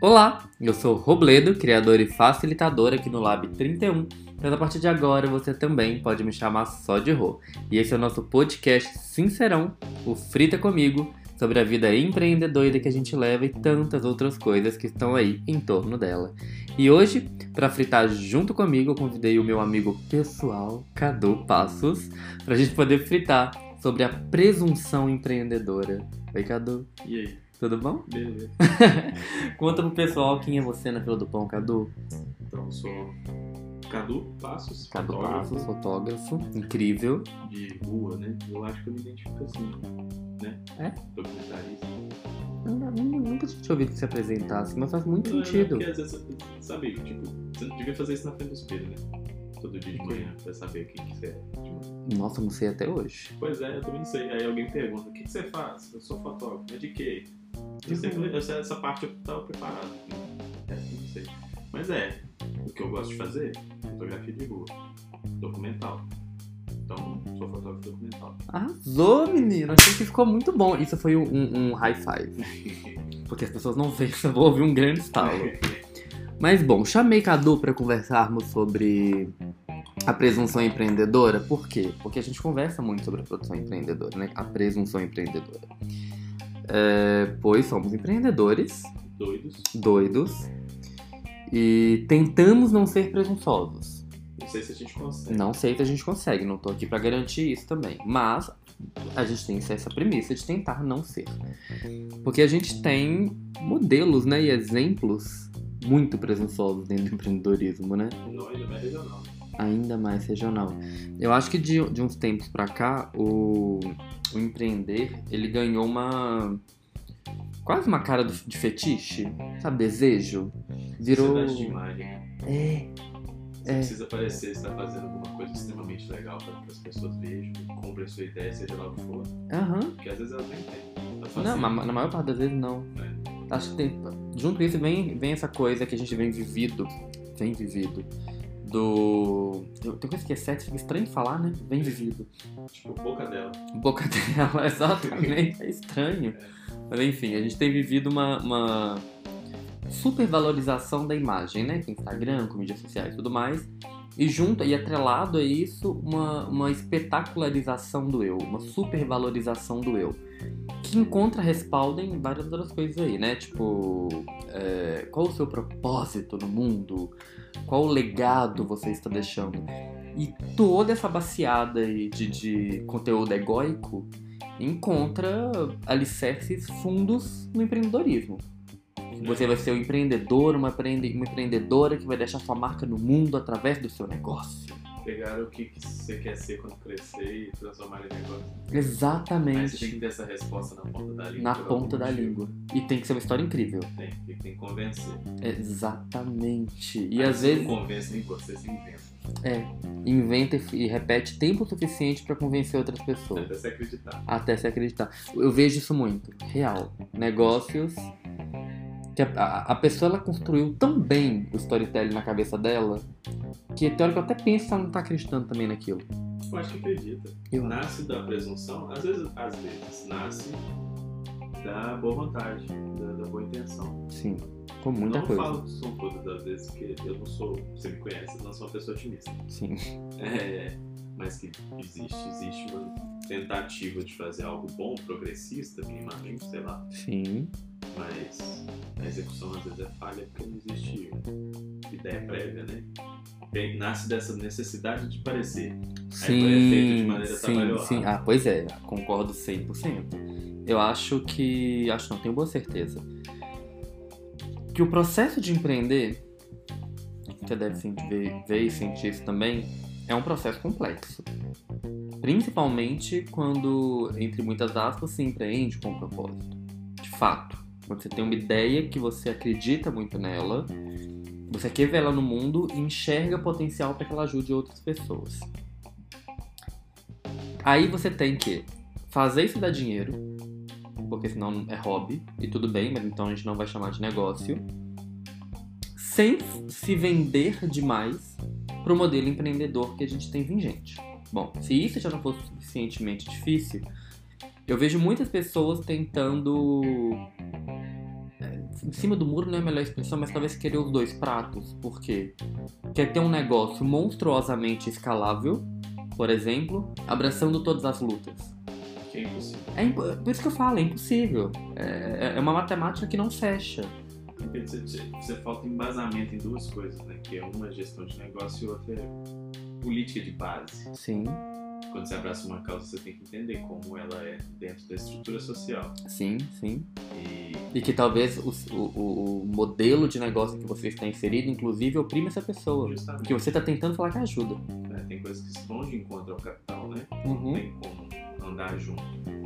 Olá, eu sou Robledo, criador e facilitador aqui no Lab 31, mas a partir de agora você também pode me chamar só de Rô. E esse é o nosso podcast sincerão, o Frita Comigo, sobre a vida empreendedora que a gente leva e tantas outras coisas que estão aí em torno dela. E hoje, para fritar junto comigo, eu convidei o meu amigo pessoal, Cadu Passos, pra gente poder fritar sobre a presunção empreendedora. Oi, Cadu. E aí? Tudo bom? Beleza. Conta pro pessoal quem é você na fila do pão, Cadu. Então, eu sou Cadu Passos, Cadu fotógrafo Passos, fotógrafo, incrível. de rua, né? Eu acho que eu me identifico assim, né? É? Documentarista. Eu nunca tinha ouvido se apresentar assim, mas faz muito sentido. Porque às vezes, sabe, tipo, você devia fazer isso na frente do espelho, né? Todo dia de manhã, pra saber quem que você é. Tipo, Nossa, não sei até hoje. pois é, eu também não sei. Aí alguém pergunta, o que você faz? Eu sou fotógrafo. Mas de quê? Essa parte eu tava preparado. Não sei. Mas o que eu gosto de fazer, fotografia de rua, documental. Então, sou fotógrafo documental. Arrasou, menino! Achei que ficou muito bom. Isso foi um high five. Porque as pessoas não veem, só vou ouvir um grande estalo. Mas bom, chamei Cadu para conversarmos sobre a presunção empreendedora. Por quê? Porque a gente conversa muito sobre a produção empreendedora, né? A presunção empreendedora. Pois somos empreendedores, doidos, e tentamos não ser presunçosos. Não sei se a gente consegue. Não sei se a gente consegue, não tô aqui pra garantir isso também. Mas a gente tem essa premissa de tentar não ser. Porque a gente tem modelos, né, e exemplos muito presunçosos dentro do empreendedorismo, né? Não, ainda mais regional. Ainda mais regional. Eu acho que de uns tempos pra cá, o empreender, ele ganhou quase uma cara de fetiche, sabe, desejo. Virou... Sociedade de imagem, né? Você precisa parecer, você tá fazendo alguma coisa extremamente legal para que as pessoas vejam, comprem a sua ideia, seja lá o que for. Porque às vezes elas nem têm. Tá fazendo. Não, mas na maior parte das vezes não. Acho que tem... Junto com isso vem essa coisa que a gente vem vivido tem coisa que é sexo, fica estranho de falar, né? Bem vivido. Tipo, boca dela. Boca dela, exatamente. É estranho. Mas enfim, a gente tem vivido uma supervalorização da imagem, né? Com Instagram, com mídias sociais e tudo mais. E atrelado a isso, uma espetacularização do eu, uma supervalorização do eu. Que encontra respaldo em várias outras coisas aí, né? Tipo, qual o seu propósito no mundo? Qual o legado você está deixando? E toda essa baciada aí de conteúdo egóico encontra alicerces fundos no empreendedorismo. Você vai ser um empreendedor, uma empreendedora que vai deixar sua marca no mundo através do seu negócio. Pegar o que você quer ser quando crescer e transformar em negócio. Exatamente. Mas você tem que ter essa resposta na ponta da língua. Na ponta da língua. E tem que ser uma história incrível. Tem que convencer. Exatamente. E mas às vezes... não convence nem você, se inventa. Inventa e repete tempo suficiente pra convencer outras pessoas. Até se acreditar. Eu vejo isso muito. Real. Negócios... que a pessoa ela construiu tão bem o storytelling na cabeça dela que tem hora que eu até penso se ela não tá acreditando também naquilo. Eu acho que acredita. Nasce da presunção, às vezes nasce da boa vontade, da boa intenção. Sim, com muita coisa. Eu não falo que são todas as vezes, porque eu não sou, você me conhece, eu não sou uma pessoa otimista. Sim. Mas que existe uma tentativa de fazer algo bom, progressista, minimamente, sei lá. Sim. Mas a execução às vezes é falha porque não existe ideia prévia, né? Nasce dessa necessidade de parecer. Sim, aí foi feito de maneira trabalhosa. Sim. Pois é, concordo 100%. Eu acho não, tenho boa certeza, que o processo de empreender, você deve ver e sentir isso também, é um processo complexo. Principalmente quando, entre muitas aspas, se empreende com um propósito. De fato. Quando você tem uma ideia que você acredita muito nela, você quer ver ela no mundo e enxerga potencial para que ela ajude outras pessoas. Aí você tem que fazer isso dar dinheiro, porque senão é hobby, e tudo bem, mas então a gente não vai chamar de negócio, sem se vender demais para o modelo empreendedor que a gente tem vigente. Bom, se isso já não fosse suficientemente difícil, eu vejo muitas pessoas tentando em cima do muro não é a melhor expressão, mas talvez querer os dois pratos. Por quê? Quer ter um negócio monstruosamente escalável, por exemplo, abraçando todas as lutas. Que é impossível. Por isso que eu falo, é impossível. É uma matemática que não fecha. Você falta embasamento em duas coisas, né? Que é uma gestão de negócio e outra é política de base. Sim, Quando você abraça uma causa, você tem que entender como ela é dentro da estrutura social. sim. E E que talvez o modelo de negócio que você está inserido, inclusive, oprime essa pessoa. justamente, Que você está tentando falar que ajuda. né, tem coisas que vão de encontro ao capital, né? Uhum. Não tem como andar junto.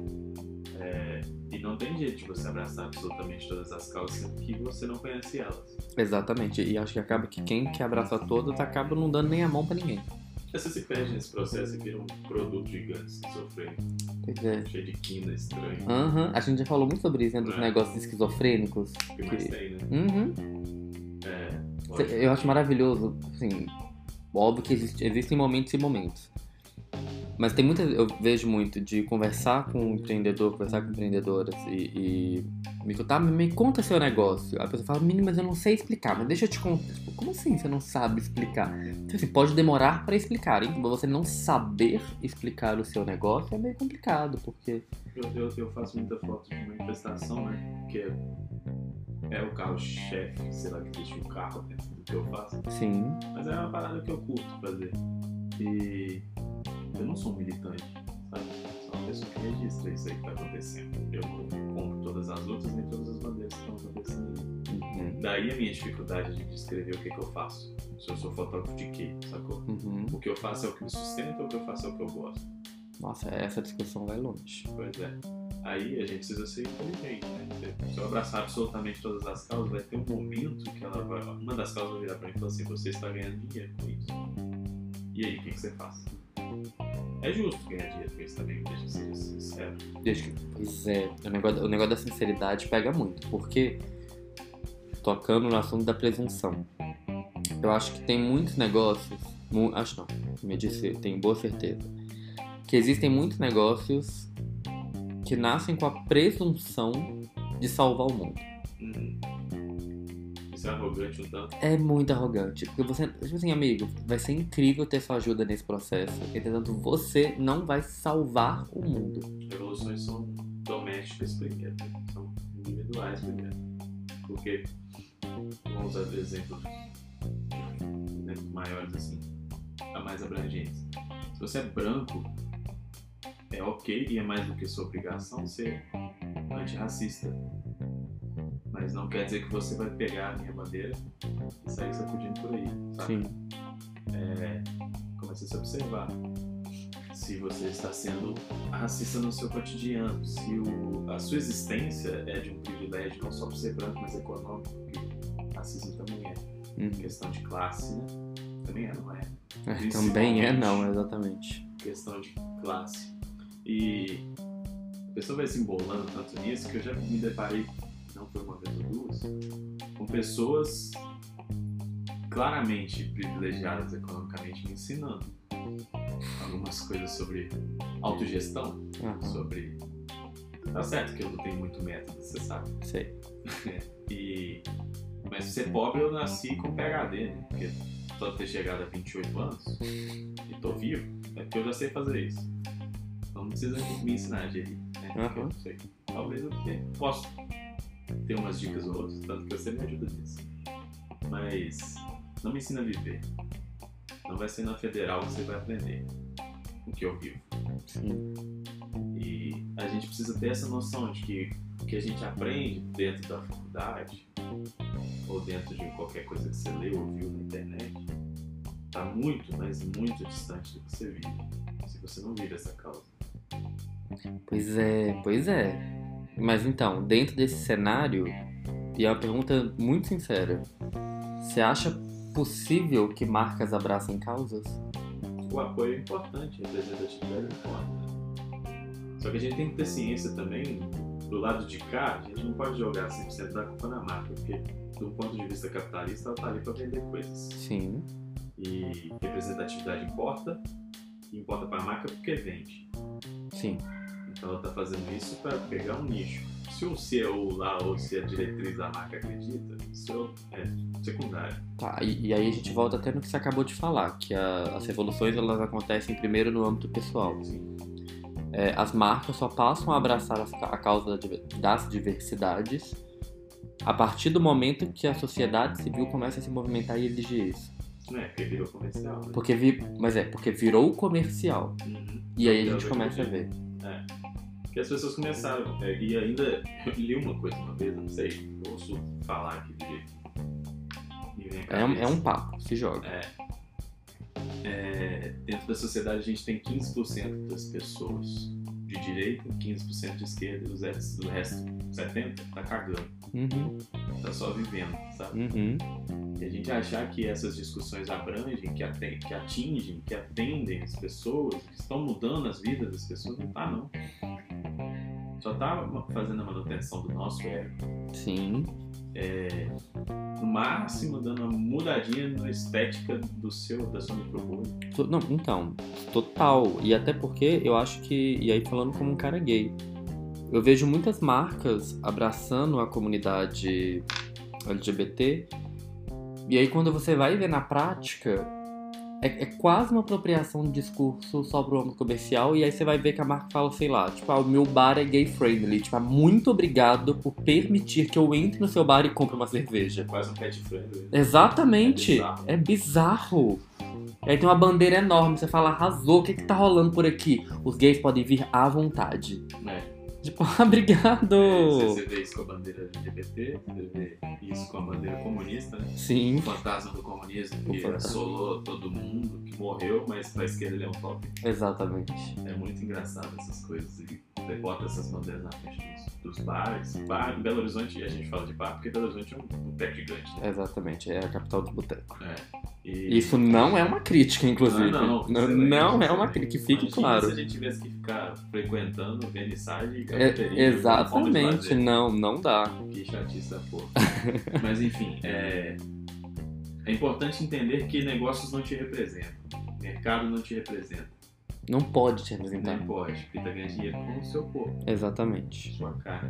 E não tem jeito de você abraçar absolutamente todas as causas sendo que você não conhece elas. Exatamente. E acho que acaba que quem quer abraçar todas acaba não dando nem a mão pra ninguém. Você se perde nesse processo e vira um produto gigante esquizofrênico, Pois é. cheio de quina estranho. Aham. A gente já falou muito sobre isso, né? Dos É. negócios esquizofrênicos. O que mais tem, né? Uhum. Lógico. Eu acho maravilhoso, assim, óbvio que existem momentos e momentos. Mas tem eu vejo muito de conversar com um empreendedor, conversar com empreendedoras e me conta seu negócio. A pessoa fala, menino, mas eu não sei explicar, mas deixa eu te contar. Tipo, como assim você não sabe explicar? Então, assim, pode demorar para explicar, hein? Você não saber explicar o seu negócio é meio complicado, porque... Eu faço muita foto de manifestação, né? Que é o carro-chefe, sei lá, que deixa um carro dentro do que eu faço. Sim, Mas é uma parada que eu curto fazer. E eu não sou um militante, sabe? Sou uma pessoa que registra isso aí que tá acontecendo. Eu não compro todas as lutas nem todas as bandeiras que estão acontecendo. uhum, Daí a minha dificuldade de descrever o que eu faço. Se eu sou fotógrafo de quê, sacou? uhum. O que eu faço é o que me sustenta ou o que eu faço é o que eu gosto? Nossa, essa discussão vai longe. Pois é. Aí a gente precisa ser inteligente, né? Se eu abraçar absolutamente todas as causas, vai ter um momento que uma das causas vai virar pra mim e falar assim, você está ganhando dinheiro com isso. E aí, o que você faz? É justo ganhar dinheiro com isso também, deixa eu ser sincero. Pois é, o negócio da sinceridade pega muito, porque, tocando no assunto da presunção, eu acho que tem muitos negócios, acho não, me disse, tenho boa certeza, que existem muitos negócios que nascem com a presunção de salvar o mundo. Isso é arrogante um tanto. É muito arrogante, porque você, tipo assim, amigo, vai ser incrível ter sua ajuda nesse processo, entretanto você não vai salvar o mundo. Revoluções são domésticas primeiro, né? São individuais primeiro. Porque, vamos usar exemplos maiores assim, a mais abrangentes. Se você é branco, é ok e é mais do que sua obrigação ser antirracista. Mas não quer dizer que você vai pegar a minha bandeira e sair sacudindo por aí, sabe? Sim. Comece a se observar. Se você está sendo racista no seu cotidiano, se a sua existência é de um privilégio não só por ser branco, mas econômico, porque racismo também é questão de classe, né? Também é, não é? Também é não, exatamente. Questão de classe. E a pessoa vai se embolando tanto nisso que eu já me deparei, não foi uma vez ou duas, com pessoas claramente privilegiadas economicamente me ensinando algumas coisas sobre autogestão, sobre... Tá certo que eu não tenho muito método, você sabe. Sei. Mas ser pobre eu nasci com PhD, né? Porque só ter chegado a 28 anos e tô vivo, é porque eu já sei fazer isso. Então não precisa me ensinar a gerir, né? Porque eu não sei. Talvez eu possa ter umas dicas ou outras, tanto que você me ajuda nisso. Mas não me ensina a viver. Não vai ser na federal que você vai aprender o que eu vivo. Sim. E a gente precisa ter essa noção de que o que a gente aprende dentro da faculdade ou dentro de qualquer coisa que você leu ou viu na internet está muito, mas muito distante do que você vive, se você não vive essa causa. Pois é. Mas então, dentro desse cenário, e é uma pergunta muito sincera, você acha possível que marcas abracem causas? O apoio é importante, a representatividade é importante. Só que a gente tem que ter ciência também, do lado de cá, a gente não pode jogar 100% da culpa na marca, porque do ponto de vista capitalista ela está ali para vender coisas. Sim. E representatividade importa para a marca porque vende. Sim. ela tá fazendo isso para pegar um nicho. Se o CEO lá ou se a diretriz da marca acredita, isso é secundário. Tá, e aí a gente volta até no que você acabou de falar, que as revoluções elas acontecem primeiro no âmbito pessoal. As marcas só passam a abraçar a causa das diversidades a partir do momento que a sociedade civil começa a se movimentar e exigir isso. Não é, porque virou comercial, né? Porque virou comercial. E aí a gente começa a ver. Que as pessoas começaram, e ainda eu li uma coisa uma vez, não sei, eu ouço falar aqui de jeito. É um papo, se joga. Dentro da sociedade a gente tem 15% das pessoas de direita, 15% de esquerda, e o resto, 70%, tá cagando. Tá só vivendo, sabe? E a gente achar que essas discussões abrangem, que atingem, que atendem as pessoas, que estão mudando as vidas das pessoas, não tá não. Só tá fazendo a manutenção do nosso ego. Sim. No máximo dando uma mudadinha na estética da sua microbolha. Não, então, total. E até porque eu acho que, e aí falando como um cara gay, eu vejo muitas marcas abraçando a comunidade LGBT, e aí quando você vai ver na prática, é quase uma apropriação de discurso só pro âmbito comercial, e aí você vai ver que a marca fala, sei lá, tipo, o meu bar é gay friendly, tipo, muito obrigado por permitir que eu entre no seu bar e compre uma cerveja. Quase um pet friendly. Exatamente. É bizarro. E aí tem uma bandeira enorme, você fala, arrasou, o que tá rolando por aqui? Os gays podem vir à vontade. Tipo, obrigado! Você vê isso com a bandeira LGBT, você vê isso com a bandeira comunista, né? Sim. O fantasma do comunismo que assolou todo mundo, que morreu, mas pra esquerda ele é um top. Exatamente. É muito engraçado essas coisas. E você bota essas bandeiras na frente dos bares. Bar, em Belo Horizonte, a gente fala de bar porque Belo Horizonte é um boteco gigante, né? Exatamente, é a capital do boteco. E... Isso não é uma crítica, inclusive. Não é uma crítica, que fique claro. Se a gente tivesse que ficar frequentando vernissage e cafeteria. Exatamente, não dá. Que chatice da porra. Mas enfim, é importante entender que negócios não te representam. Mercado não te representa. Não pode te representar. Não pode, porque tá ganhando dinheiro com o seu corpo. Exatamente. Sua cara.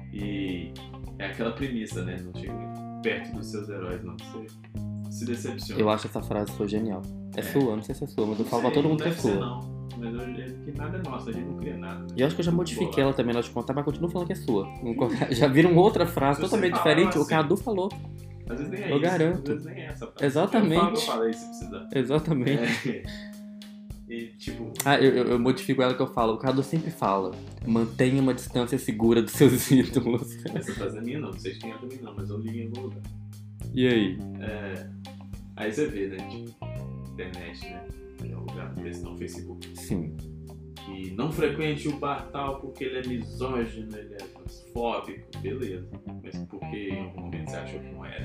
E é aquela premissa, né? Não chega perto dos seus heróis, não. Você se decepciona. Eu acho essa frase sua genial. É sua, não sei se é sua, mas eu falo pra todo mundo que é sua. Não, mas que nada é nosso, a gente não cria nada. Né? E eu acho que eu já modifiquei ela também, nós de contar, mas continuo falando que é sua. Já viram outra frase totalmente diferente? O Cadu falou. Às vezes nem é eu isso. Garanto. Às vezes nem é essa frase. Exatamente. Eu falei se precisar. Exatamente. E tipo... eu modifico ela que eu falo. O Cadu sempre fala: mantenha uma distância segura dos seus ídolos. Essa frase é minha não sei quem é também não, mas eu li em algum lugar. E aí? Aí você vê, né? Tipo, internet, né? Que é o lugar desse não, Facebook. Sim. Que não frequente o bar tal porque ele é misógino, ele é transfóbico, beleza. Mas por que em algum momento você achou que não era?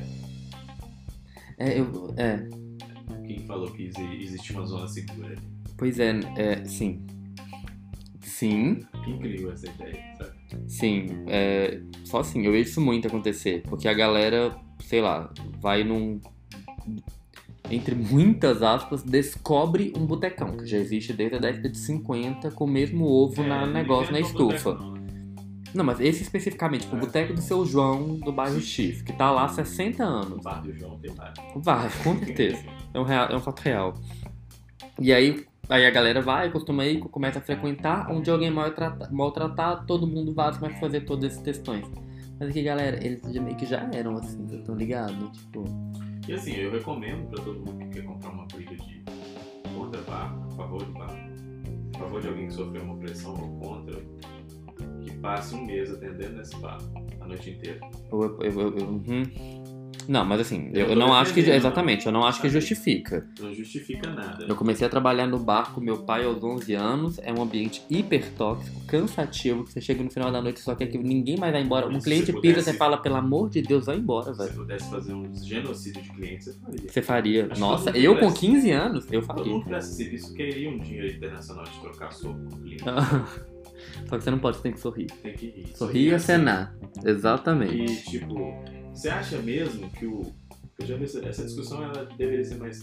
Quem falou que existe uma zona segura ali? Pois é, sim. Sim. Quem criou essa ideia, sabe? Sim, só assim, eu vejo isso muito acontecer, porque a galera, sei lá, vai entre muitas aspas, descobre um botecão, que já existe desde a década de 50, com o mesmo ovo na estufa. Boteco, não, mas esse especificamente, o boteco do Seu João, do bairro X, que tá lá há 60 anos. O bar do João tem vários. Vai, com certeza. É um fato real. E aí a galera vai, costuma ir, começa a frequentar, onde alguém maltratado, todo mundo vai, começa a fazer todas essas questões. Mas aqui, galera, eles meio que já eram assim, vocês estão ligados? Tipo... E assim, eu recomendo pra todo mundo que quer comprar uma briga de contra bar, a favor de bar, a favor de alguém que sofreu uma opressão ou contra, que passe um mês atendendo nesse bar a noite inteira. Não, mas assim, eu não acho que... Exatamente, eu não acho que justifica. Não justifica nada. Eu comecei a trabalhar no bar com meu pai aos 11 anos. É um ambiente hiper tóxico, cansativo, que você chega no final da noite e só quer que ninguém mais vá embora. Um cliente pisa, você fala, pelo amor de Deus, vai embora, velho. Se pudesse fazer um genocídio de clientes, você faria. Você faria. Nossa, eu com 15 anos, eu faria. Todo mundo presta serviço queria um dinheiro internacional de trocar soco com o cliente. Só que você não pode, você tem que sorrir. Tem que rir. Sorrir e acenar. Exatamente. E, tipo... Você acha mesmo que eu já vi essa discussão, ela deveria ser mais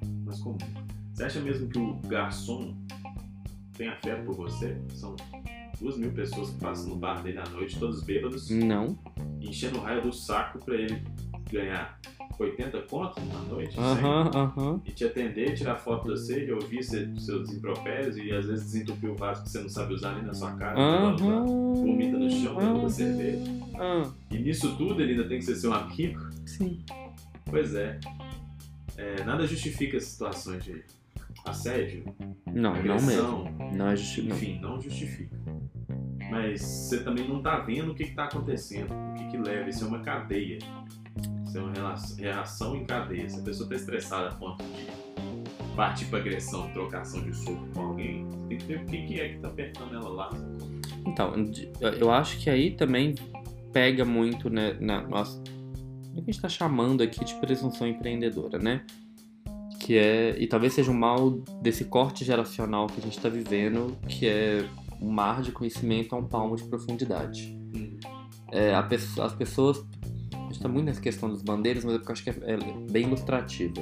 comum. Você acha mesmo que o garçom tem afeto por você? São 2.000 pessoas que passam no bar dele à noite, todos bêbados, Não. enchendo o raio do saco pra ele ganhar 80 conto na noite, e te atender, tirar foto de você, e ouvir seus impropérios e às vezes desentupir o vaso que você não sabe usar nem na sua cara, vomita no chão, derruba cerveja. E nisso tudo ele ainda tem que ser seu amigo? Sim. Pois é. Nada justifica as situações de assédio, Não agressão, mesmo. Não é justifica. enfim, não justifica. Mas você também não tá vendo o que tá acontecendo, o que leva. Isso é uma cadeia. Isso é uma reação em cadeia. Se a pessoa tá estressada a ponto de partir pra agressão, trocação de soco com alguém, você tem que ver o que é que tá apertando ela lá. Então, eu acho que aí também pega muito, né, nossa, o que a gente tá chamando aqui de presunção empreendedora, né? Que e talvez seja um mal desse corte geracional que a gente tá vivendo, que é um mar de conhecimento a um palmo de profundidade. As pessoas, a gente tá muito nessa questão das bandeiras, mas eu acho que é bem ilustrativa.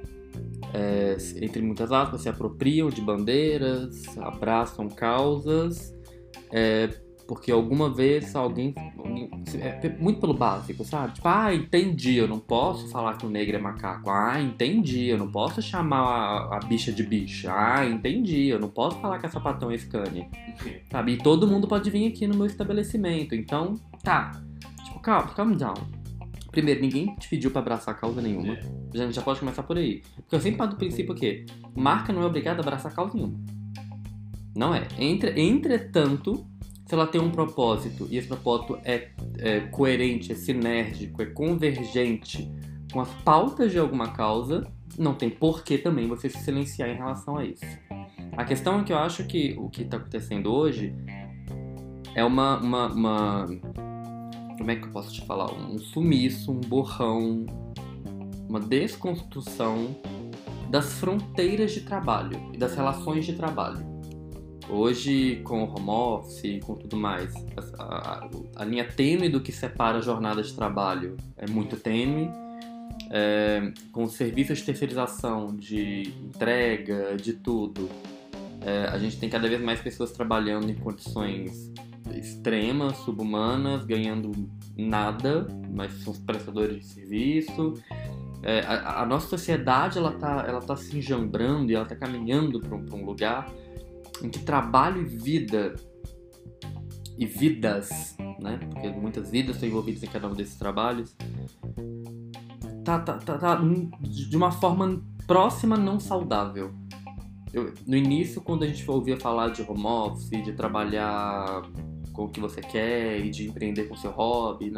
Entre muitas aspas, se apropriam de bandeiras, abraçam causas, porque alguma vez alguém muito pelo básico, sabe? Tipo, entendi, eu não posso falar que o negro é macaco. Entendi, eu não posso chamar a bicha de bicha. Entendi, eu não posso falar que a sapatão é Scania. Sabe? E todo mundo pode vir aqui no meu estabelecimento. Então, tá. Tipo, calma down. Primeiro, ninguém te pediu pra abraçar causa nenhuma. A gente já pode começar por aí. Porque eu sempre parto do princípio que marca não é obrigada a abraçar causa nenhuma. Não é. Entretanto, se ela tem um propósito, e esse propósito é coerente, é sinérgico, é convergente com as pautas de alguma causa, não tem porquê também você se silenciar em relação a isso. A questão é que eu acho que o que está acontecendo hoje é uma como é que eu posso te falar? Um sumiço, um borrão, uma desconstrução das fronteiras de trabalho e das relações de trabalho. Hoje, com o home office e com tudo mais, a linha tênue do que separa a jornada de trabalho é muito tênue. Com os serviços de terceirização, de entrega, de tudo, a gente tem cada vez mais pessoas trabalhando em condições extremas, subhumanas, ganhando nada, mas são os prestadores de serviço. A nossa sociedade ela tá se enjambrando e ela tá caminhando para um lugar em que trabalho e vida e vidas, né? Porque muitas vidas estão envolvidas em cada um desses trabalhos, tá de uma forma próxima não saudável. No início, quando a gente ouvia falar de home office, de trabalhar com o que você quer e de empreender com seu hobby,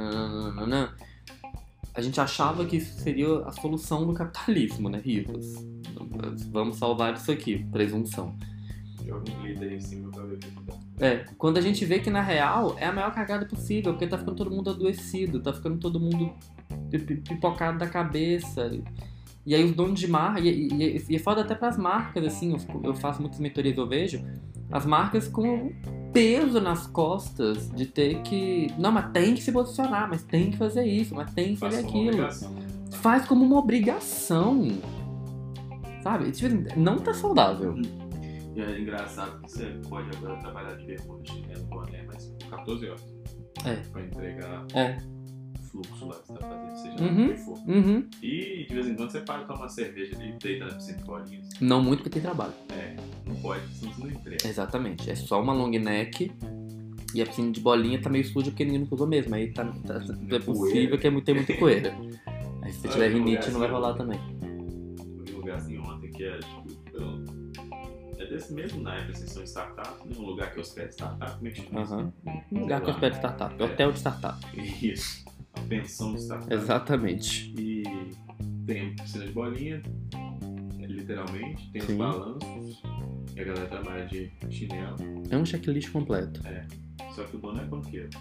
a gente achava que isso seria a solução do capitalismo, né? Rivas. Vamos salvar isso aqui, presunção. Joga um glitter em cima pra ver o que dá. Quando a gente vê que na real é a maior cagada possível, porque tá ficando todo mundo adoecido, tá ficando todo mundo pipocado da cabeça. E aí os donos de marca, e é foda até pras marcas, assim, eu faço muitas mentorias, eu vejo as marcas com peso nas costas de ter que... Não, mas tem que se posicionar, mas tem que fazer isso, mas tem que fazer aquilo. Faz como uma obrigação. Sabe? Não tá saudável. E é engraçado que você pode agora trabalhar de bermuda, chinelo, boné, mas por 14 horas. Pra entregar o fluxo lá que você tá fazendo, seja lá o que for. E de vez em quando você para tomar uma cerveja ali e deita na piscina de bolinhas. Não muito porque tem trabalho. Não pode, senão você não entrega. Exatamente. É só uma long neck e a piscina de bolinha tá meio suja porque ninguém não usou mesmo. Aí é possível que tem muita poeira. Aí se você tiver rinite não vai rolar também. Eu vi um lugar assim ontem que é desse mesmo naipe, assim, são startups, né? Um lugar que hospeda startup, como é que chama isso? Um lugar que hospeda startup, hotel de startup. Isso, a pensão de startup. Exatamente. E tem piscina de bolinha, literalmente, tem os balanços, e a galera trabalha de chinelo. É um checklist completo. Só que o dono é banqueiro.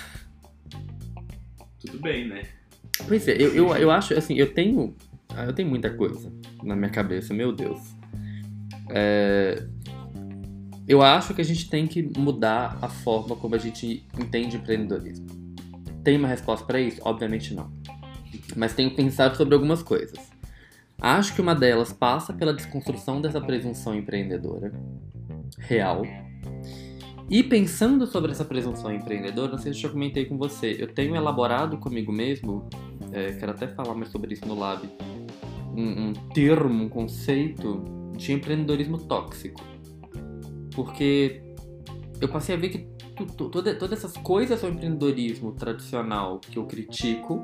Tudo bem, né? Pois é, eu acho, assim, eu tenho muita coisa na minha cabeça, meu Deus. Eu acho que a gente tem que mudar a forma como a gente entende empreendedorismo. Tem uma resposta para isso? Obviamente não. Mas tenho pensado sobre algumas coisas. Acho que uma delas passa pela desconstrução dessa presunção empreendedora real E pensando sobre essa presunção empreendedora, não sei se eu já comentei com você, eu tenho elaborado comigo mesmo, quero até falar mais sobre isso no Lab, um termo, um conceito de empreendedorismo tóxico. Porque eu passei a ver que todas essas coisas do empreendedorismo tradicional que eu critico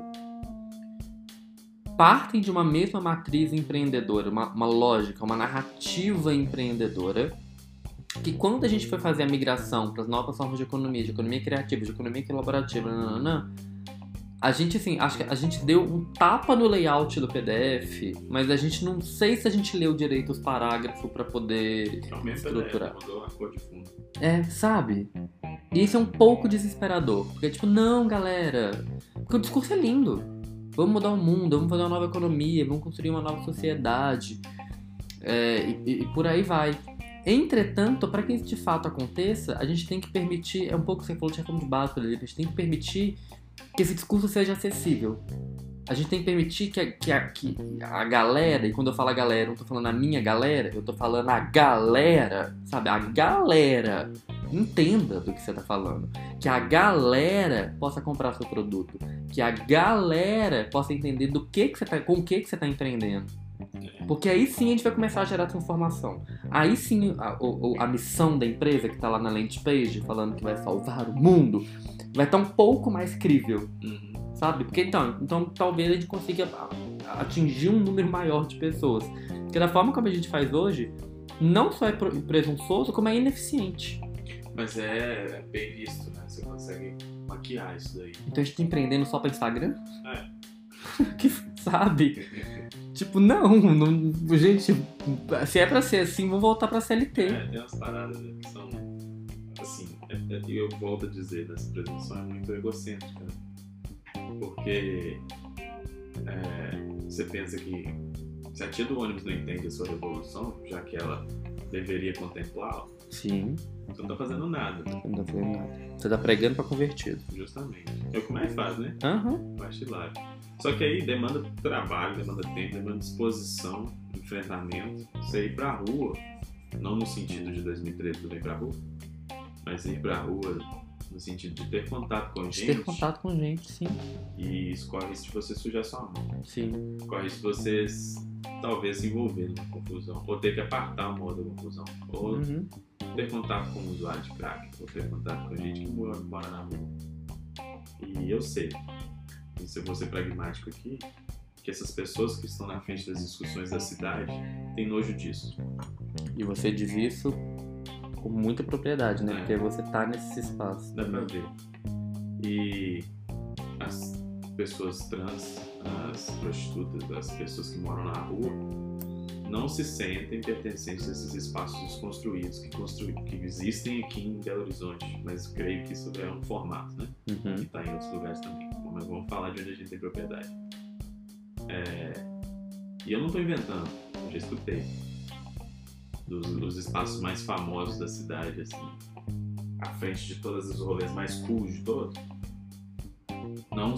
partem de uma mesma matriz empreendedora, uma lógica, uma narrativa empreendedora, que quando a gente foi fazer a migração para as novas formas de economia criativa, de economia colaborativa, a gente, assim, acho que a gente deu um tapa no layout do PDF, mas a gente não sei se a gente leu direito os parágrafos para poder estruturar. Mudou a cor de fundo. Sabe? E isso é um pouco desesperador, porque tipo, não, galera, porque o discurso é lindo. Vamos mudar o mundo, vamos fazer uma nova economia, vamos construir uma nova sociedade, e por aí vai. Entretanto, para que isso de fato aconteça, a gente tem que permitir, é um pouco que você falou de reforma de base, a gente tem que permitir que esse discurso seja acessível. A gente tem que permitir que a galera, e quando eu falo a galera, eu não tô falando a minha galera, eu tô falando a galera, sabe? A galera entenda do que você tá falando. Que a galera possa comprar seu produto. Que a galera possa entender com o que você tá empreendendo. Porque aí sim a gente vai começar a gerar transformação. Aí sim a missão da empresa que tá lá na landing page falando que vai salvar o mundo vai estar um pouco mais crível, sabe? Porque então talvez a gente consiga atingir um número maior de pessoas. Porque da forma como a gente faz hoje, não só é presunçoso, como é ineficiente. Mas é bem visto, né? Você consegue maquiar isso daí. Então a gente tá empreendendo só pra Instagram? Que, sabe? Tipo, não, gente, se é pra ser assim, vamos voltar pra CLT. Tem umas paradas que são, assim, eu volto a dizer, essa presunção é muito egocêntrica, né? Porque você pensa que se a tia do ônibus não entende a sua revolução, já que ela deveria contemplá-la, sim, você não tá fazendo nada. Você não tá fazendo nada. Você tá pregando pra convertido. Justamente. É o que mais faz, né? Aham. Acho hilário. Só que aí demanda trabalho, demanda tempo, demanda disposição, enfrentamento. Você ir pra rua, não no sentido de 2013 do vem pra rua, mas ir pra rua no sentido de ter contato com gente. Ter contato com gente, sim. E isso corre risco de você sujar sua mão. Sim. Corre risco de você talvez se envolver numa confusão, ou ter que apartar uma outra confusão, ou ter contato com um usuário de crack, ou ter contato com gente que mora na rua. E eu sei, e se eu vou ser pragmático aqui, que essas pessoas que estão na frente das discussões da cidade têm nojo disso. E você diz isso com muita propriedade, né? Porque você tá nesse espaço. Dá pra ver. E as pessoas trans, as prostitutas, as pessoas que moram na rua, não se sentem pertencentes a esses espaços desconstruídos que existem aqui em Belo Horizonte, mas creio que isso é um formato, né? Que está em outros lugares também. Mas vamos falar de onde a gente tem propriedade. E eu não estou inventando, eu já escutei dos espaços mais famosos da cidade, assim, à frente de todos os rolês mais cool de todos, não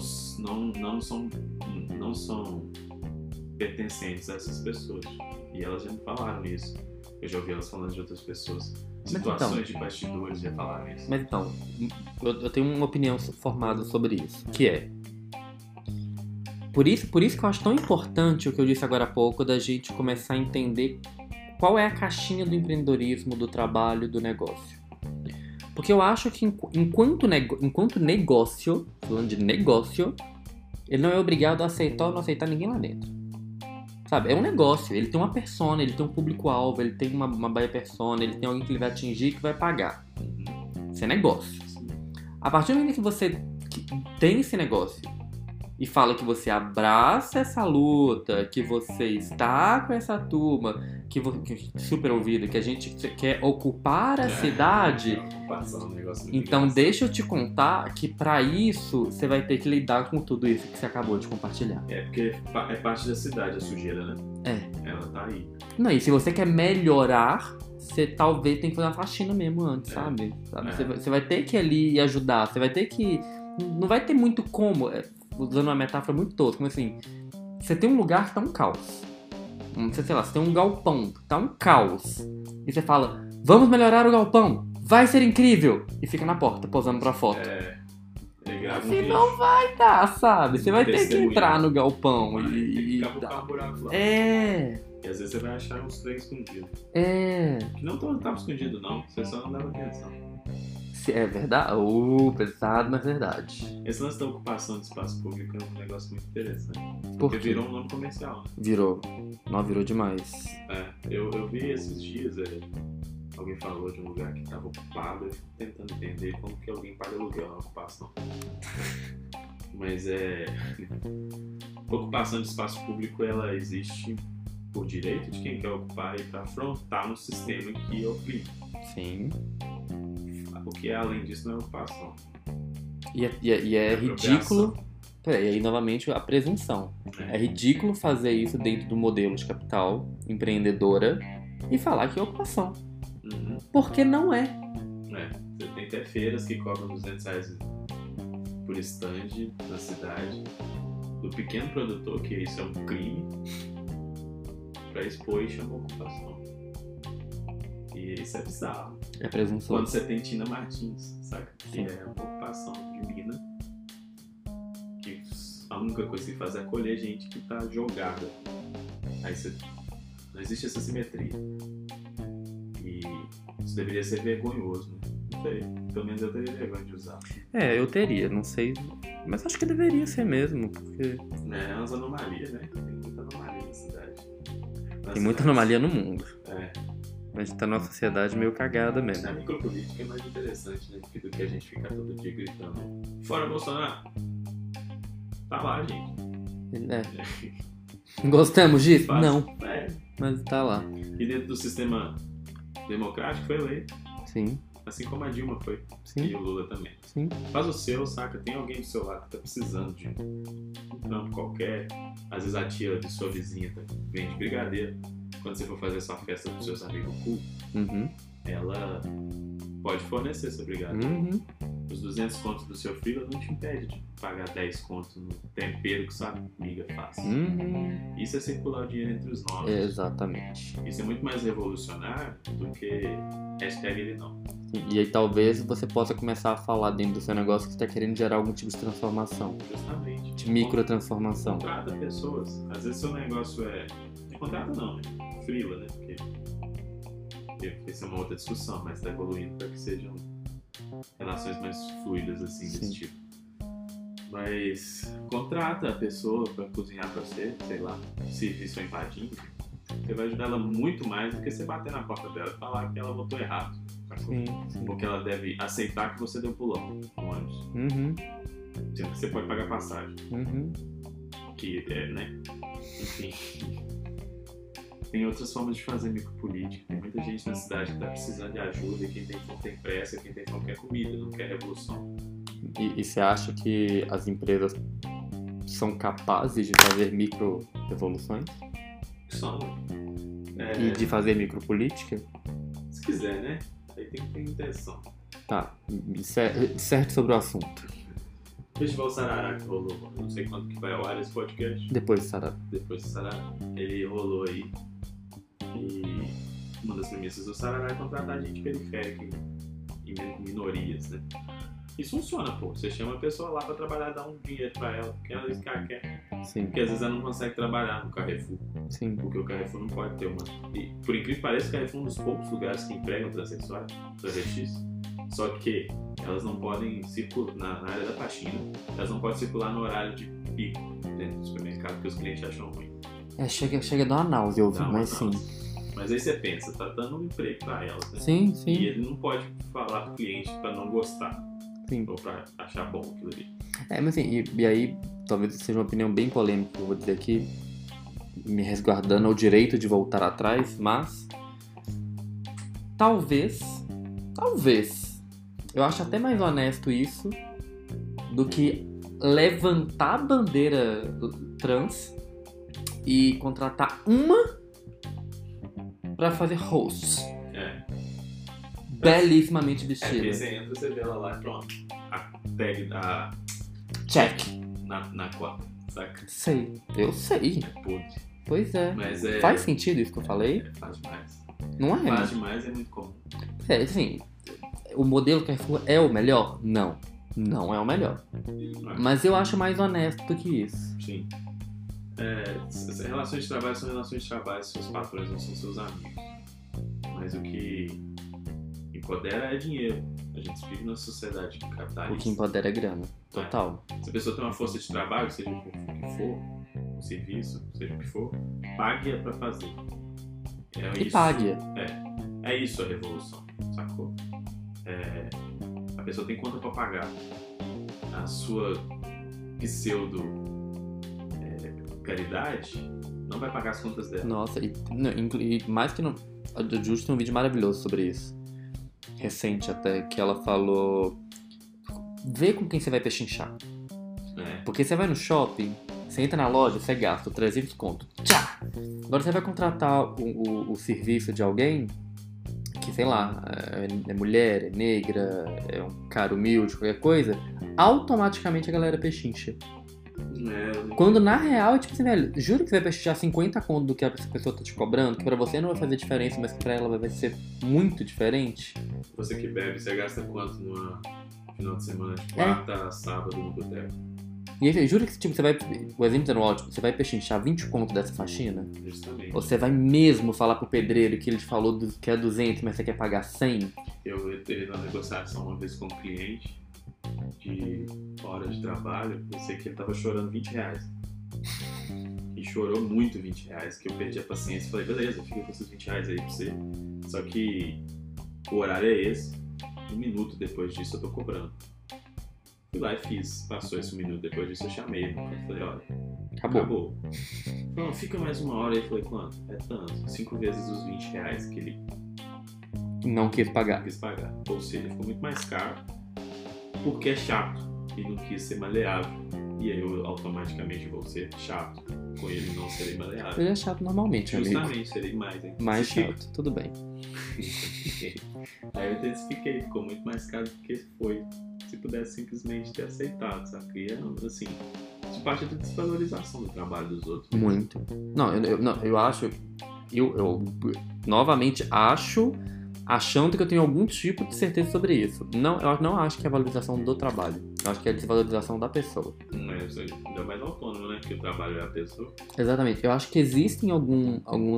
são pertencentes a essas pessoas. E elas já me falaram isso. Eu já ouvi elas falando de outras pessoas. Situações de bastidores já falaram isso. Mas então, eu tenho uma opinião formada sobre isso, que é por isso que eu acho tão importante o que eu disse agora há pouco, da gente começar a entender qual é a caixinha do empreendedorismo, do trabalho, do negócio. Porque eu acho que enquanto negócio, falando de negócio, ele não é obrigado a aceitar ou não aceitar ninguém lá dentro. Sabe? É um negócio, ele tem uma persona, ele tem um público-alvo, ele tem uma buyer persona, ele tem alguém que ele vai atingir e que vai pagar. Isso é negócio. A partir do momento que você tem esse negócio e fala que você abraça essa luta, que você está com essa turma, que super ouvido, que a gente quer ocupar a cidade, então deixa eu te contar que para isso você vai ter que lidar com tudo isso que você acabou de compartilhar. Porque é parte da cidade a sujeira, né? Ela tá aí. Não, e se você quer melhorar, você talvez tem que fazer uma faxina mesmo antes, sabe? Você vai ter que ir ali ajudar, você vai ter que... Não vai ter muito como... Usando uma metáfora muito tosca, como assim, você tem um lugar que tá um caos. Sei lá, você tem um galpão que tá um caos. E você fala, vamos melhorar o galpão, vai ser incrível! E fica na porta, posando pra foto. Ele grava um Assim vídeo. não vai dar, sabe? Você vai ter que Testemunha. entrar no galpão Tem que e cavucar um buraco lá. É, E às vezes você vai achar uns trem escondidos. é. Que não tava escondido, não. Você só não dava atenção. É verdade? Pesado, mas verdade. Esse lance da ocupação de espaço público é um negócio muito interessante. Por Porque quê? virou um nome comercial, né? Virou. Não, virou demais. Eu vi esses dias, alguém falou de um lugar que estava ocupado, eu fico tentando entender como que alguém paga aluguel na ocupação. Mas ocupação de espaço público, ela existe por direito de quem quer ocupar e para afrontar um sistema que oprime. Sim. O que é além disso não é ocupação. E é ridículo. Peraí, aí novamente a presunção. É ridículo fazer isso dentro do modelo de capital empreendedora e falar que é ocupação. Uhum. Porque não é. Você tem até feiras que cobram R$200 por stand na cidade do pequeno produtor, que isso é um crime, pra expor e chamar ocupação. E isso é bizarro. É presunção. Quando você tem Tina Martins, saca? Que é uma ocupação de mina, que a única coisa que faz é acolher gente que tá jogada. Aí não existe essa simetria. E isso deveria ser vergonhoso, né? Não sei. Pelo menos eu teria vergonha de usar. Eu teria, não sei. Mas acho que deveria ser mesmo, porque É umas anomalias, né? Tem muita anomalia na cidade. tem muita anomalia no mundo. É. A gente tá numa sociedade meio cagada mesmo. A micropolítica é mais interessante, né? Do que a gente ficar todo dia gritando. Fora Bolsonaro! Tá lá, gente. Gostamos disso? Fácil. Não, É. mas tá lá. E dentro do sistema democrático foi eleito. Sim, Assim como a Dilma foi. sim, E o Lula também. sim. Faz o seu, saca? Tem alguém do seu lado que tá precisando de um trampo qualquer. Às vezes a tia de sua vizinha vende brigadeiro. Quando você for fazer sua festa pros seus amigos cool, Uhum. ela pode fornecer seu brigadeiro. Uhum. Os 200 contos do seu filho não te impede de pagar 10 contos no tempero que sua amiga faz. Uhum. Isso é circular o dinheiro entre os novos. Exatamente. Isso é muito mais revolucionário do que hashtag ele não. E aí talvez você possa começar a falar dentro do seu negócio que você está querendo gerar algum tipo de transformação. Justamente. De microtransformação. Contrata pessoas. Às vezes seu negócio é contrata não, né? Freela, né? Porque essa é uma outra discussão, mas está evoluindo para que sejam relações mais fluidas assim desse tipo. Mas contrata a pessoa para cozinhar para você, sei lá, servir sua empadinha. Você vai ajudar ela muito mais do que você bater na porta dela e falar que ela votou errado. Sim, sim. Ou que ela deve aceitar que você deu pulão no ônibus. Uhum. Sendo que você pode pagar passagem. Uhum. Que é, né? Enfim. Tem outras formas de fazer micropolítica. Tem muita gente na cidade que está precisando de ajuda. E quem tem fome tem pressa, quem tem fome quer comida, não quer revolução. E você acha que as empresas são capazes de fazer micro-revoluções? São. E de fazer micropolítica? Se quiser, né? Aí tem que ter intenção. Tá, certo sobre o assunto. Festival Sarará que rolou. Não sei quando que vai ao ar esse podcast. Depois, Sara. Depois do Sarará. Ele rolou aí. E uma das premissas do Sarará é contratar gente periférica e minorias, né? Isso funciona, pô. Você chama a pessoa lá pra trabalhar, dá um dinheiro pra ela, porque ela quer. Sim, Porque às vezes ela não consegue trabalhar no Carrefour. sim. Porque o Carrefour não pode ter uma. E, por incrível que pareça, o Carrefour é um dos poucos lugares que empregam transexuais, travestis. Só que elas não podem circular na área da faxina, elas não podem circular no horário de pico dentro do supermercado, porque os clientes acham ruim. Chega a dar uma náusea, ouvir, mas sim. Mas aí você pensa, tá dando um emprego pra elas, né? Sim, E sim. ele não pode falar pro cliente pra não gostar, Sim. ou pra achar bom aquilo ali. Mas assim, e aí, talvez seja uma opinião bem polêmica que eu vou dizer aqui, me resguardando ao direito de voltar atrás, mas talvez, eu acho até mais honesto isso do que levantar a bandeira trans e contratar uma pra fazer host. Belíssimamente Porque vestida. você entra, você vê ela lá e pronto. A tag da... Check. na cota, saca? Sei, eu sei. É podre. Pois é. Mas é... Faz sentido isso que eu falei? Faz demais. Não é? Faz demais é muito comum. Assim, o modelo Carrefour é o melhor? Não. Não é o melhor. Mas eu acho mais honesto do que isso. Sim. Relações de trabalho são relações de trabalho, seus patrões não são seus amigos. Mas o que empodera é dinheiro. A gente vive numa sociedade capitalista. O que empodera é grana. Total. Se a pessoa tem uma força de trabalho, seja o que for, um serviço, seja o que for, pague-a pra fazer. Pague-a. É isso a revolução, sacou? A pessoa tem conta pra pagar. A sua pseudo caridade não vai pagar as contas dela. Nossa, e mais que não. A Justo tem um vídeo maravilhoso sobre isso. Recente até, que ela falou. Vê com quem você vai pechinchar. Porque você vai no shopping, você entra na loja, você gasta 300 conto. Tchá! Agora você vai contratar o serviço de alguém que, sei lá, é mulher, é negra, é um cara humilde, qualquer coisa, automaticamente a galera pechincha. Quando na real, tipo assim, velho, juro que você vai pechinchar 50 conto do que a pessoa tá te cobrando, que pra você não vai fazer diferença, mas que pra ela vai ser muito diferente. Você que bebe, você gasta quanto no final de semana, de quarta a sábado no boteco? E aí, juro que tipo, você vai, o exemplo é no ótimo, você vai pechinchar 20 conto dessa faxina? Justamente. Ou você vai mesmo falar pro pedreiro que ele te falou que é 200, mas você quer pagar 100? Eu teve uma negociação uma vez com um cliente de hora de trabalho, eu sei que ele tava chorando R$20. E chorou muito R$20, que eu perdi a paciência e falei, beleza, fica com esses R$20 aí pra você. Só que o horário é esse, 1 minuto depois disso eu tô cobrando. Fui lá e fiz, passou esse 1 minuto depois disso eu chamei ele, falei, olha, acabou. Não, fica mais 1 hora aí, eu falei, quanto? É tanto, 5 vezes os R$20 que ele não quis pagar. Ou seja, ficou muito mais caro porque é chato e não quis ser maleável. E aí eu automaticamente vou ser chato. Com ele não serei maleável. Ele é chato normalmente, justamente, amigo. serei mais, hein? Mais chato, tudo bem. Aí eu intensifiquei, ficou muito mais caro do que foi. Se pudesse simplesmente ter aceitado, sabe? E assim, isso parte da desvalorização do trabalho dos outros. Muito. Eu acho... Eu novamente acho... Achando que eu tenho algum tipo de certeza sobre isso. Não, eu não acho que é a valorização do trabalho. Eu acho que é a desvalorização da pessoa. Mas ainda mais autônomo, né? Porque o trabalho é a pessoa. Exatamente. Eu acho que existem alguns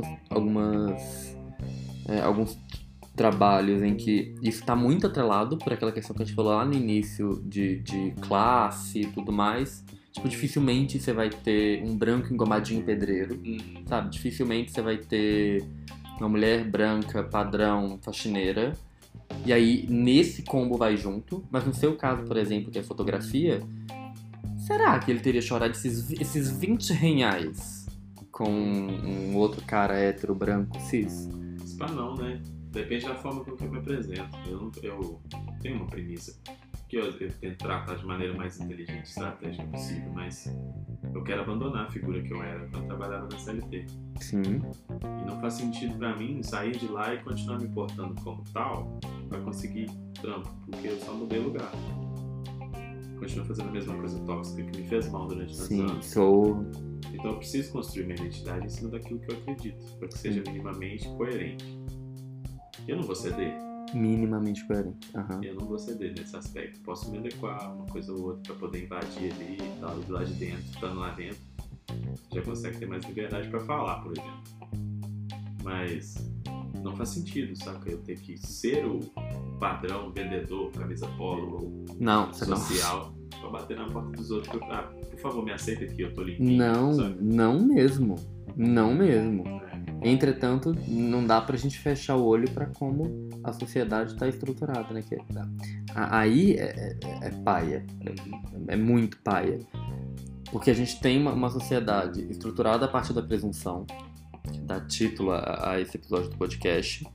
trabalhos em que isso está muito atrelado por aquela questão que a gente falou lá no início de classe e tudo mais. Tipo, dificilmente você vai ter um branco engomadinho pedreiro, sabe? Dificilmente você vai ter uma mulher branca, padrão, faxineira. E aí, nesse combo vai junto. Mas no seu caso, por exemplo, que é fotografia, será que ele teria chorado esses R$20 com um outro cara hétero, branco, cis? Pra não, né? Depende da forma como eu me apresento. Eu tenho uma premissa que eu tento tratar de maneira mais inteligente e estratégica possível, mas eu quero abandonar a figura que eu era quando eu trabalhava na CLT. Sim. E não faz sentido pra mim sair de lá e continuar me portando como tal pra conseguir trampo, porque eu só mudei lugar. Continuo fazendo a mesma coisa tóxica que me fez mal durante tantos anos. Então eu preciso construir minha identidade em cima daquilo que eu acredito, para que seja minimamente coerente. Eu não vou ceder. Minimamente coerente. Eu não vou ceder nesse aspecto. Posso me adequar uma coisa ou outra para poder invadir ali e tal, e do lado de dentro, estando lá dentro, já consegue ter mais liberdade para falar, por exemplo. Mas não faz sentido, saca? Eu ter que ser o padrão vendedor, camisa polo ou não, social para bater na porta dos outros. Por favor, me aceita aqui, eu tô limpinho. Não mesmo. Entretanto, não dá pra gente fechar o olho pra como a sociedade tá estruturada, né? Aí é paia. É muito paia. Porque a gente tem uma sociedade estruturada a partir da presunção, que dá título a esse episódio do podcast.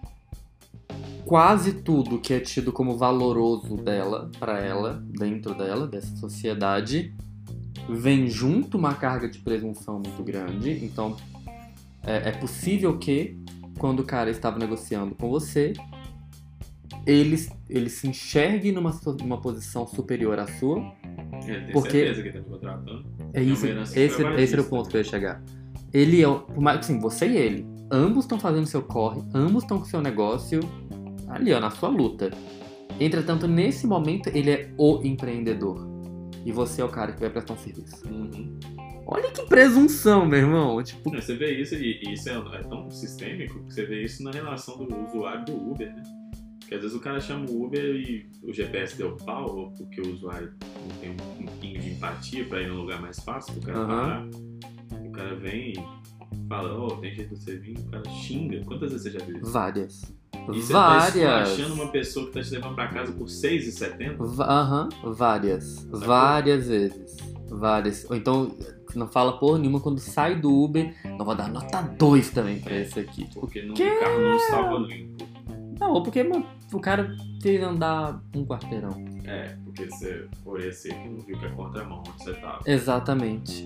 Quase tudo que é tido como valoroso dela, pra ela, dentro dela, dessa sociedade, vem junto uma carga de presunção muito grande. Então, é possível que, quando o cara estava negociando com você, ele se enxergue numa posição superior à sua. Ele tem certeza que ele está te contratando. Esse era o ponto que eu ia chegar. Ele assim, você e ele, ambos estão fazendo seu corre, ambos estão com seu negócio ali, ó, na sua luta. Entretanto, nesse momento, ele é o empreendedor. E você é o cara que vai prestar um serviço. Uhum. Olha que presunção, meu irmão. Tipo, Você vê isso, e isso é tão sistêmico que você vê isso na relação do usuário do Uber, né? Porque às vezes o cara chama o Uber e o GPS deu pau, ou porque o usuário não tem um pingo de empatia pra ir num lugar mais fácil pro cara parar. E o cara vem e fala, tem jeito de você vir, o cara xinga. Quantas vezes você já viu isso? várias. E você Várias. tá achando uma pessoa que tá te levando pra casa por R$6,70? Várias. Várias vezes. Várias. Ou então, não fala porra nenhuma quando sai do Uber. Não, vou dar nota 2 também pra esse aqui. Porque o carro não estava limpo. Não, ou porque o cara fez andar um quarteirão. Porque você não viu que é contramão onde você tava. Exatamente.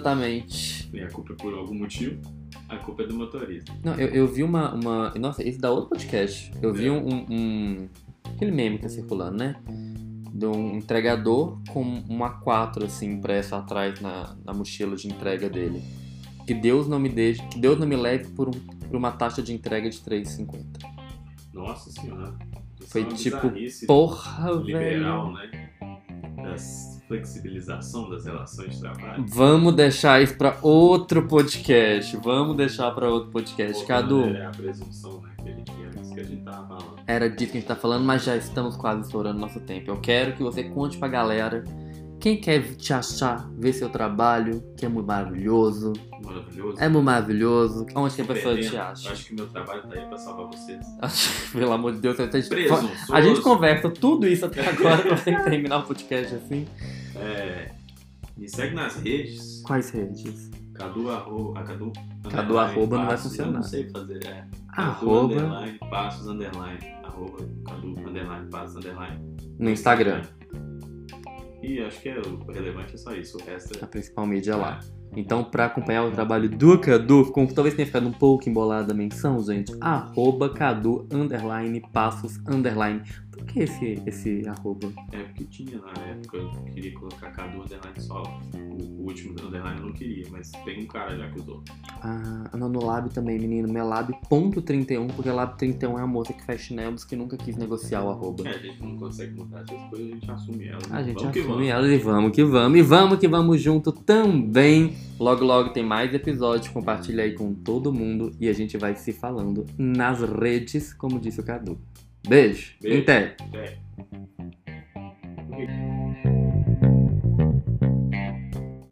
E a culpa é por algum motivo, a culpa é do motorista. Não, eu vi uma... Nossa, esse dá outro podcast. Eu vi aquele meme que tá circulando, né? De um entregador com um A4 assim, impresso atrás na mochila de entrega dele. Que Deus não me leve por uma taxa de entrega de R$3,50. Nossa senhora. Foi tipo, porra, liberal, velho. Né? Da flexibilização das relações de trabalho. Vamos deixar isso pra outro podcast. Cadu. É a presunção, né? Que a gente tava falando. Era disso que a gente tá falando, mas já estamos quase estourando nosso tempo. Eu quero que você conte pra galera. Quem quer te achar, ver seu trabalho, que é muito maravilhoso. É muito maravilhoso. Onde que a pessoa te acha? Eu acho que meu trabalho tá aí pra salvar vocês. Pelo amor de Deus, Presunçoso. a gente conversa tudo isso até agora pra você terminar o podcast assim. Me segue nas redes. Quais redes? Cadu arroba não vai passos, funcionar. Eu não sei fazer. Arroba. Underline, passos, underline. Arroba, Cadu, underline, passos, underline. No Instagram. E acho que o relevante é só isso. O resto A principal mídia lá. Então, pra acompanhar o trabalho do Cadu, talvez tenha ficado um pouco embolada a menção, gente, arroba Cadu, underline, passos, underline. Por que esse arroba? Porque tinha na época, eu queria colocar Cadu, underline só. O último underline eu não queria, mas tem um cara já que usou. No Lab também, menino, meu Lab.31, porque Lab 31 é a moça que faz chinelos que nunca quis negociar o arroba. A gente não consegue mudar essas coisas, a gente assume elas. A gente assume elas e vamos que vamos. E vamos que vamos junto também. Logo, logo tem mais episódios. Compartilha aí com todo mundo. E a gente vai se falando nas redes, como disse o Cadu. Beijo. Até.